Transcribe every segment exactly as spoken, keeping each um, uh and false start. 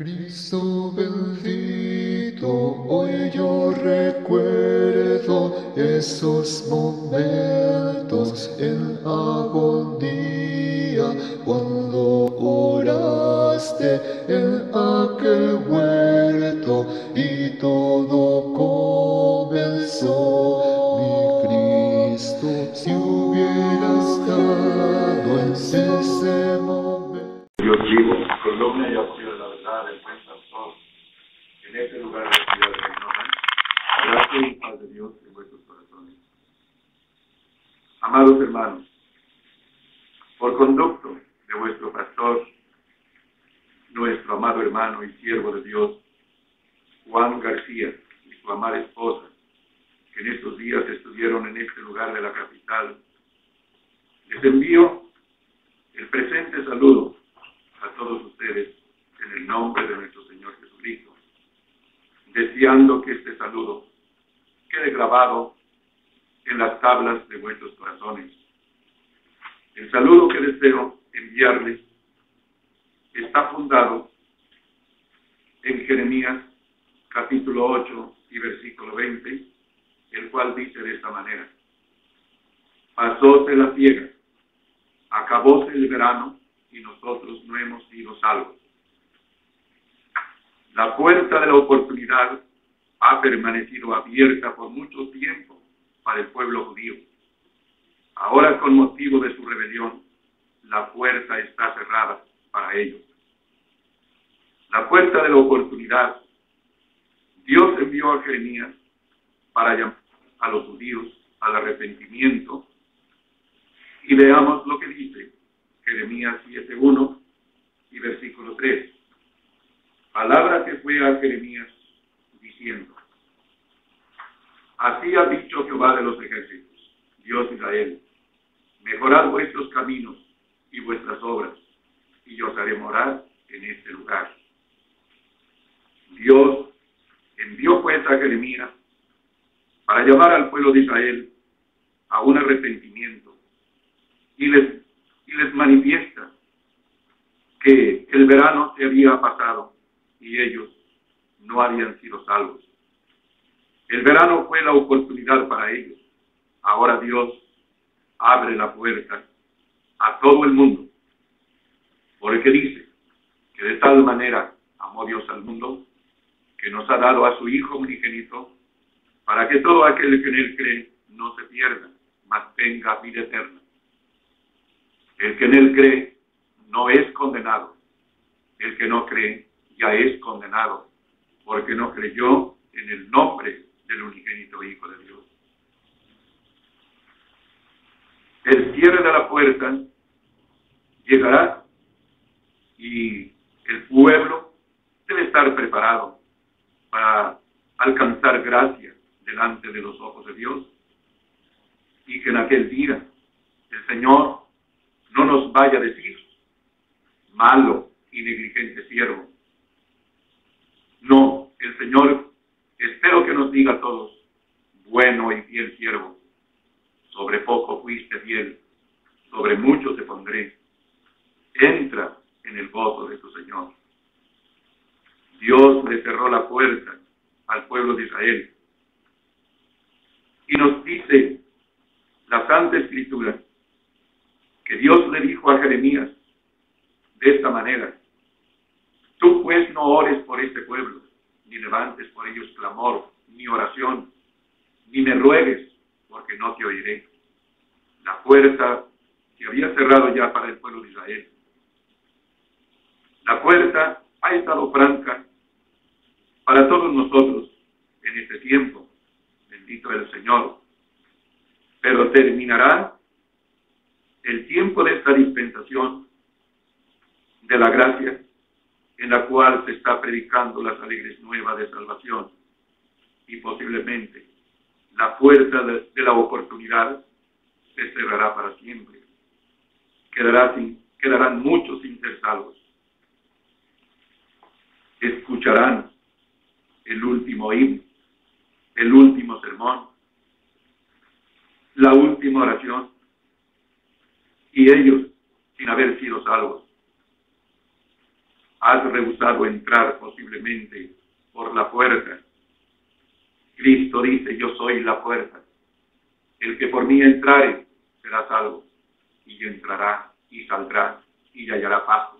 Cristo bendito, hoy yo recuerdo esos momentos en agonía, cuando oraste en aquel huerto y todo comenzó. Mi Cristo, si hubiera estado en ese momento. Dios vivo, columna y apoyo de la verdad, del buen pastor, en este lugar de la ciudad de Reynosa, gracia y paz de Dios en vuestros corazones. Amados hermanos, por conducto de vuestro pastor, nuestro amado hermano y siervo de Dios, Juan García, y su amada esposa, que en estos días estuvieron en este lugar de la capital, les envío el presente saludo a todos ustedes en el nombre de nuestro Señor Jesucristo, deseando que este saludo quede grabado en las tablas de vuestros corazones. El saludo que deseo enviarles está fundado en Jeremías capítulo ocho y versículo veinte, el cual dice de esta manera: pasóse la siega, acabóse el verano, y nosotros no hemos sido salvos. La puerta de la oportunidad ha permanecido abierta por mucho tiempo para el pueblo judío. Ahora, con motivo de su rebelión, la puerta está cerrada para ellos. La puerta de la oportunidad, Dios envió a Jeremías para llamar a los judíos al arrepentimiento, y veamos lo que dice Jeremías siete uno y versículo tres. Palabra que fue a Jeremías diciendo: así ha dicho Jehová de los ejércitos, Dios de Israel, mejorad vuestros caminos y vuestras obras, y yo os haré morar en este lugar. Dios envió pues a Jeremías para llamar al pueblo de Israel a un arrepentimiento, y les y les manifiesta que el verano se había pasado y ellos no habían sido salvos. El verano fue la oportunidad para ellos. Ahora Dios abre la puerta a todo el mundo, porque dice que de tal manera amó Dios al mundo, que nos ha dado a su Hijo unigénito, para que todo aquel que en él cree no se pierda, mas tenga vida eterna. El que en él cree no es condenado. El que no cree ya es condenado, porque no creyó en el nombre del unigénito Hijo de Dios. El cierre de la puerta llegará y el pueblo debe estar preparado para alcanzar gracia delante de los ojos de Dios, y que en aquel día el Señor no nos vaya a decir: malo y negligente siervo. No, el Señor espero que nos diga a todos: bueno y fiel siervo, sobre poco fuiste fiel, sobre mucho te pondré, entra en el gozo de tu Señor. Dios le cerró la puerta al pueblo de Israel, y nos dice la Santa Escritura que Dios le dijo a Jeremías de esta manera: tú pues no ores por este pueblo, ni levantes por ellos clamor, ni oración, ni me ruegues, porque no te oiré. La puerta se había cerrado ya para el pueblo de Israel. La puerta ha estado franca para todos nosotros en este tiempo, bendito el Señor. Pero terminará el tiempo de esta dispensación de la gracia, en la cual se está predicando las alegres nuevas de salvación, y posiblemente la puerta de, de la oportunidad se cerrará para siempre. Quedará sin, quedarán muchos sin ser salvos. Escucharán el último himno, el último sermón, la última oración, y ellos sin haber sido salvos. has rehusado entrar posiblemente por la puerta. Cristo dice, yo soy la puerta. El que por mí entrare será salvo, y entrará y saldrá y hallará paso.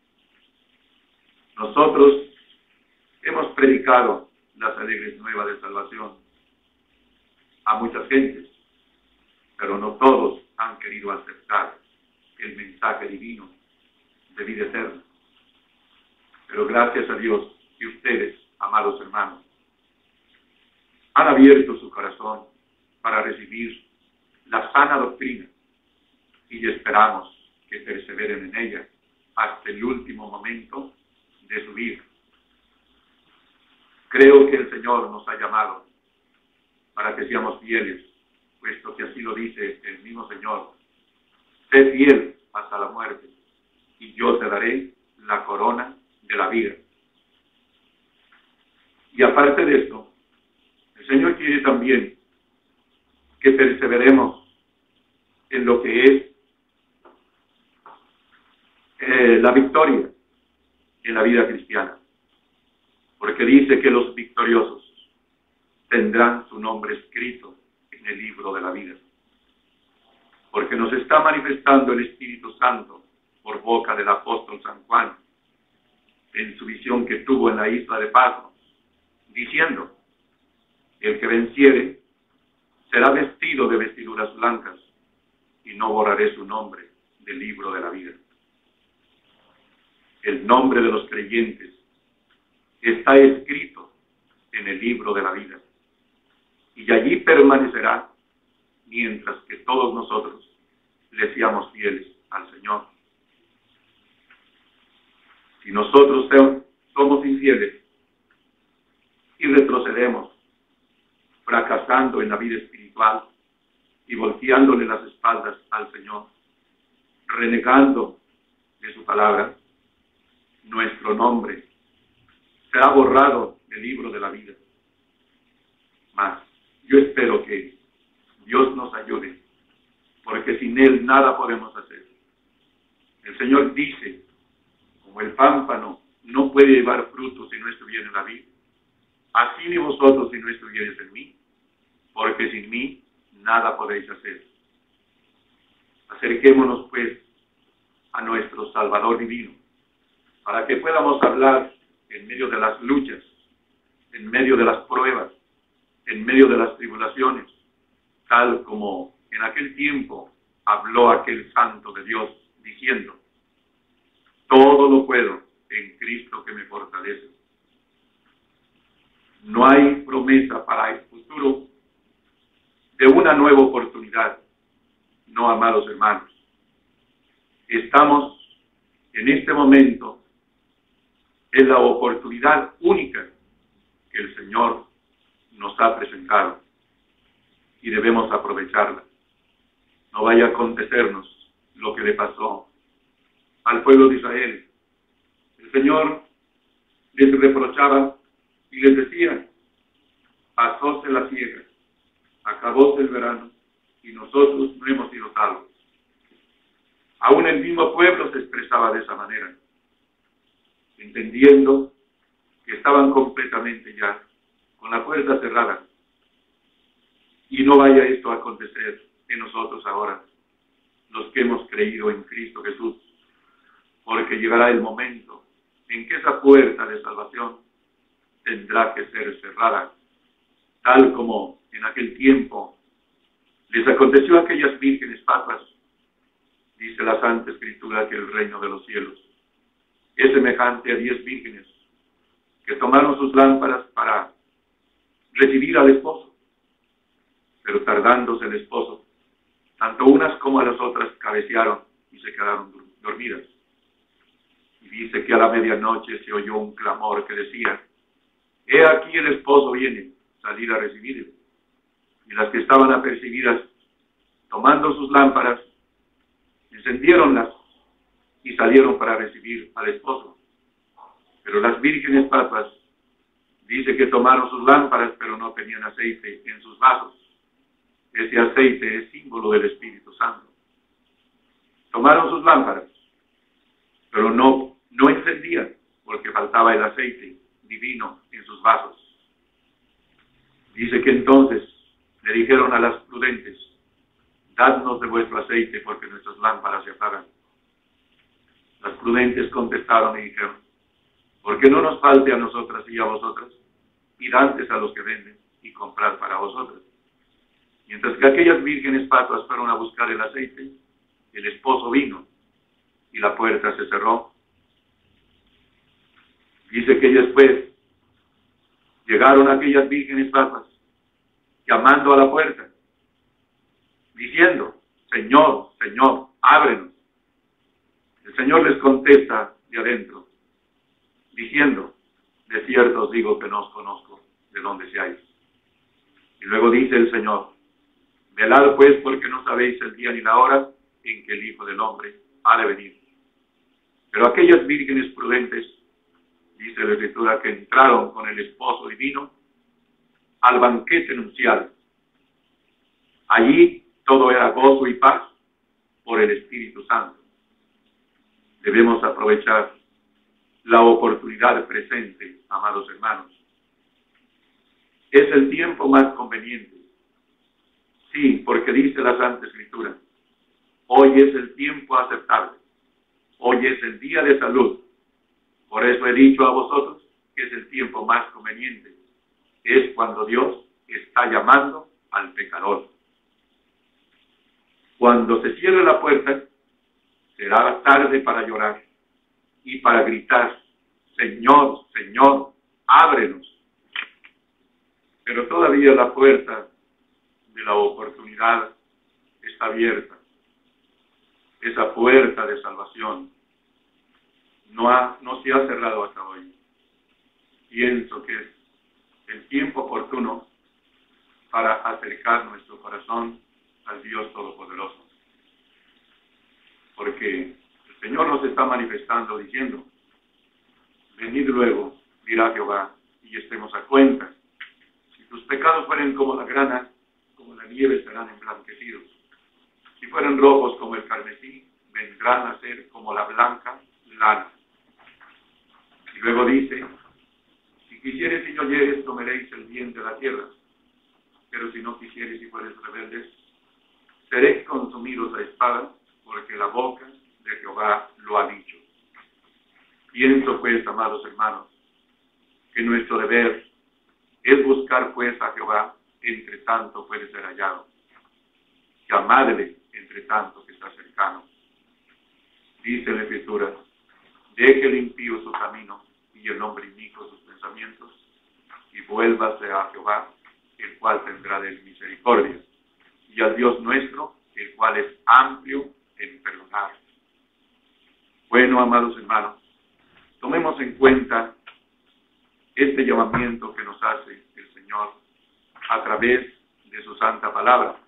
Nosotros hemos predicado las alegres nuevas de salvación a muchas gentes, pero no todos han querido aceptar el mensaje divino de vida eterna. Pero gracias a Dios que ustedes, amados hermanos, han abierto su corazón para recibir la sana doctrina y esperamos que perseveren en ella hasta el último momento de su vida. Creo que el Señor nos ha llamado para que seamos fieles, puesto que así lo dice el mismo Señor. Sé fiel hasta la muerte, y yo te daré la corona de la vida. Y aparte de esto, el Señor quiere también que perseveremos en lo que es eh, la victoria en la vida cristiana, porque dice que los victoriosos tendrán su nombre escrito en el libro de la vida, porque nos está manifestando el Espíritu Santo por boca del apóstol San Juan en su visión que tuvo en la isla de Patmos, diciendo: el que venciere será vestido de vestiduras blancas, y no borraré su nombre del libro de la vida. El nombre de los creyentes está escrito en el libro de la vida, y allí permanecerá mientras que todos nosotros le seamos fieles al Señor. Si nosotros somos infieles y retrocedemos, fracasando en la vida espiritual y volteándole las espaldas al Señor, renegando de su palabra, nuestro nombre será borrado del libro de la vida. Mas yo espero que Dios nos ayude, porque sin Él nada podemos hacer. El Señor dice, como el pámpano no puede llevar fruto si no estuviera en la vid, así ni vosotros si no estuvierais en mí, porque sin mí nada podéis hacer. Acerquémonos pues a nuestro Salvador divino, para que podamos hablar en medio de las luchas, en medio de las pruebas, en medio de las tribulaciones, tal como en aquel tiempo habló aquel santo de Dios, diciendo: todo lo puedo en Cristo que me fortalece. No hay promesa para el futuro de una nueva oportunidad, no, amados hermanos. Estamos en este momento en la oportunidad única que el Señor nos ha presentado y debemos aprovecharla. No vaya a acontecernos lo que le pasó al pueblo de Israel. El Señor les reprochaba y les decía: pasóse la siega, acabóse el verano y nosotros no hemos sido salvos. Aún el mismo pueblo se expresaba de esa manera, entendiendo que estaban completamente ya con la puerta cerrada. Y no vaya esto a acontecer en nosotros ahora, los que hemos creído en Cristo Jesús, porque llegará el momento en que esa puerta de salvación tendrá que ser cerrada, tal como en aquel tiempo les aconteció a aquellas vírgenes papas. Dice la Santa Escritura que el reino de los cielos es semejante a diez vírgenes que tomaron sus lámparas para recibir al esposo, pero tardándose el esposo, tanto unas como a las otras cabecearon y se quedaron dormidas. Y dice que a la medianoche se oyó un clamor que decía: he aquí el esposo viene, salid a recibirle. Y las que estaban apercibidas, tomando sus lámparas, encendiéronlas y salieron para recibir al esposo. Pero las vírgenes papas, dice que tomaron sus lámparas, pero no tenían aceite en sus vasos. Ese aceite es símbolo del Espíritu Santo. Tomaron sus lámparas, pero no, no encendían. porque faltaba el aceite divino en sus vasos. Dice que entonces le dijeron a las prudentes, dadnos de vuestro aceite porque nuestras lámparas se apagan. Las prudentes contestaron y dijeron, ¿por qué no nos falte a nosotras y a vosotras? Id antes a los que venden y comprad para vosotras. Mientras que aquellas vírgenes patuas fueron a buscar el aceite, el esposo vino y la puerta se cerró. Dice que después llegaron aquellas vírgenes patuas llamando a la puerta, diciendo, Señor, Señor, ábrenos. El Señor les contesta de adentro, diciendo, de cierto os digo que no os conozco de dónde seáis. Y luego dice el Señor, velad pues porque no sabéis el día ni la hora en que el Hijo del Hombre ha de venir. Pero aquellas vírgenes prudentes, dice la Escritura, que entraron con el esposo divino al banquete nupcial. Allí todo era gozo y paz por el Espíritu Santo. Debemos aprovechar la oportunidad presente, amados hermanos. Es el tiempo más conveniente. Sí, porque dice la Santa Escritura, hoy es el tiempo aceptable. Hoy es el día de salud. Por eso he dicho a vosotros que es el tiempo más conveniente. Es cuando Dios está llamando al pecador. Cuando se cierre la puerta, será tarde para llorar y para gritar, Señor, Señor, ábrenos. Pero todavía la puerta de la oportunidad está abierta. Esa puerta de salvación no, ha, no se ha cerrado hasta hoy. Pienso que es el tiempo oportuno para acercar nuestro corazón al Dios Todopoderoso. Porque el Señor nos está manifestando diciendo, venid luego, dirá Jehová, y estemos a cuenta. Si tus pecados fueren como la grana, como la nieve serán emblanquecidos. Si fueren rojos como el carmesí, vendrán a ser como la blanca lana. Y luego dice, si quisieres y no oyeres, comeréis el bien de la tierra. Pero si no quisieres y fueres rebeldes, seréis consumidos a espada, porque la boca de Jehová lo ha dicho. Pienso pues, amados hermanos, que nuestro deber es buscar pues a Jehová, entre tanto puede ser hallado. Llamadle, entre tanto que está cercano. Dice la Escritura, deje el impío su camino y el hombre inicuo sus pensamientos, y vuélvase a Jehová, el cual tendrá de él misericordia, y al Dios nuestro, el cual es amplio en perdonar. Bueno, amados hermanos, tomemos en cuenta este llamamiento que nos hace el Señor a través de su santa palabra.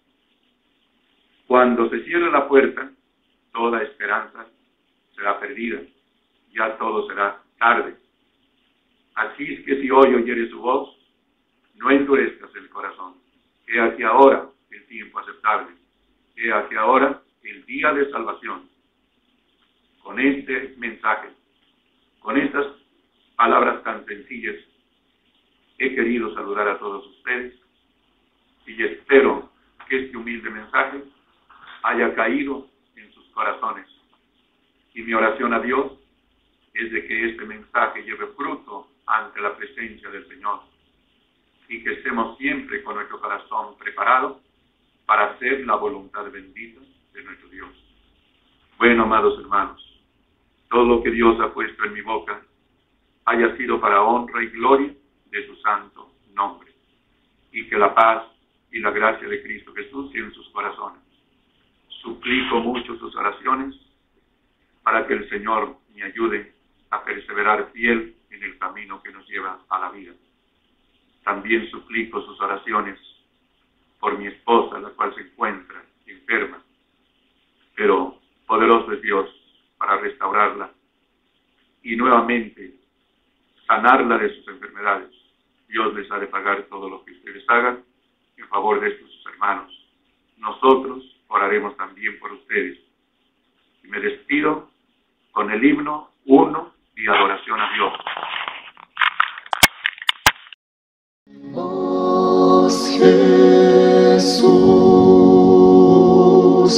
Cuando se cierre la puerta, toda esperanza será perdida, ya todo será tarde. Así es que si hoy oyeres su voz, no endurezcas el corazón. He aquí ahora el tiempo aceptable. He aquí ahora el día de salvación. Con este mensaje, con estas palabras tan sencillas, he querido saludar a todos ustedes y espero que este humilde mensaje haya caído en sus corazones. Y mi oración a Dios es de que este mensaje lleve fruto ante la presencia del Señor y que estemos siempre con nuestro corazón preparado para hacer la voluntad bendita de nuestro Dios. Bueno, amados hermanos, todo lo que Dios ha puesto en mi boca haya sido para honra y gloria de su santo nombre, y que la paz y la gracia de Cristo Jesús sea en sus corazones. Suplico mucho sus oraciones para que el Señor me ayude a perseverar fiel en el camino que nos lleva a la vida. También suplico sus oraciones por mi esposa, la cual se encuentra enferma, pero poderoso es Dios para restaurarla y nuevamente sanarla de sus enfermedades. Dios les ha de pagar todo lo que ustedes hagan en favor de estos sus hermanos. Nosotros oraremos también por ustedes. Y me despido con el himno uno y adoración a Dios. Mas Jesús,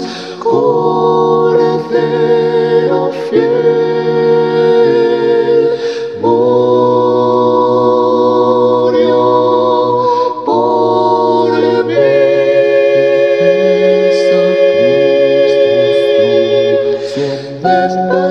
Cordero fiel, murió por mí. Sacristro, su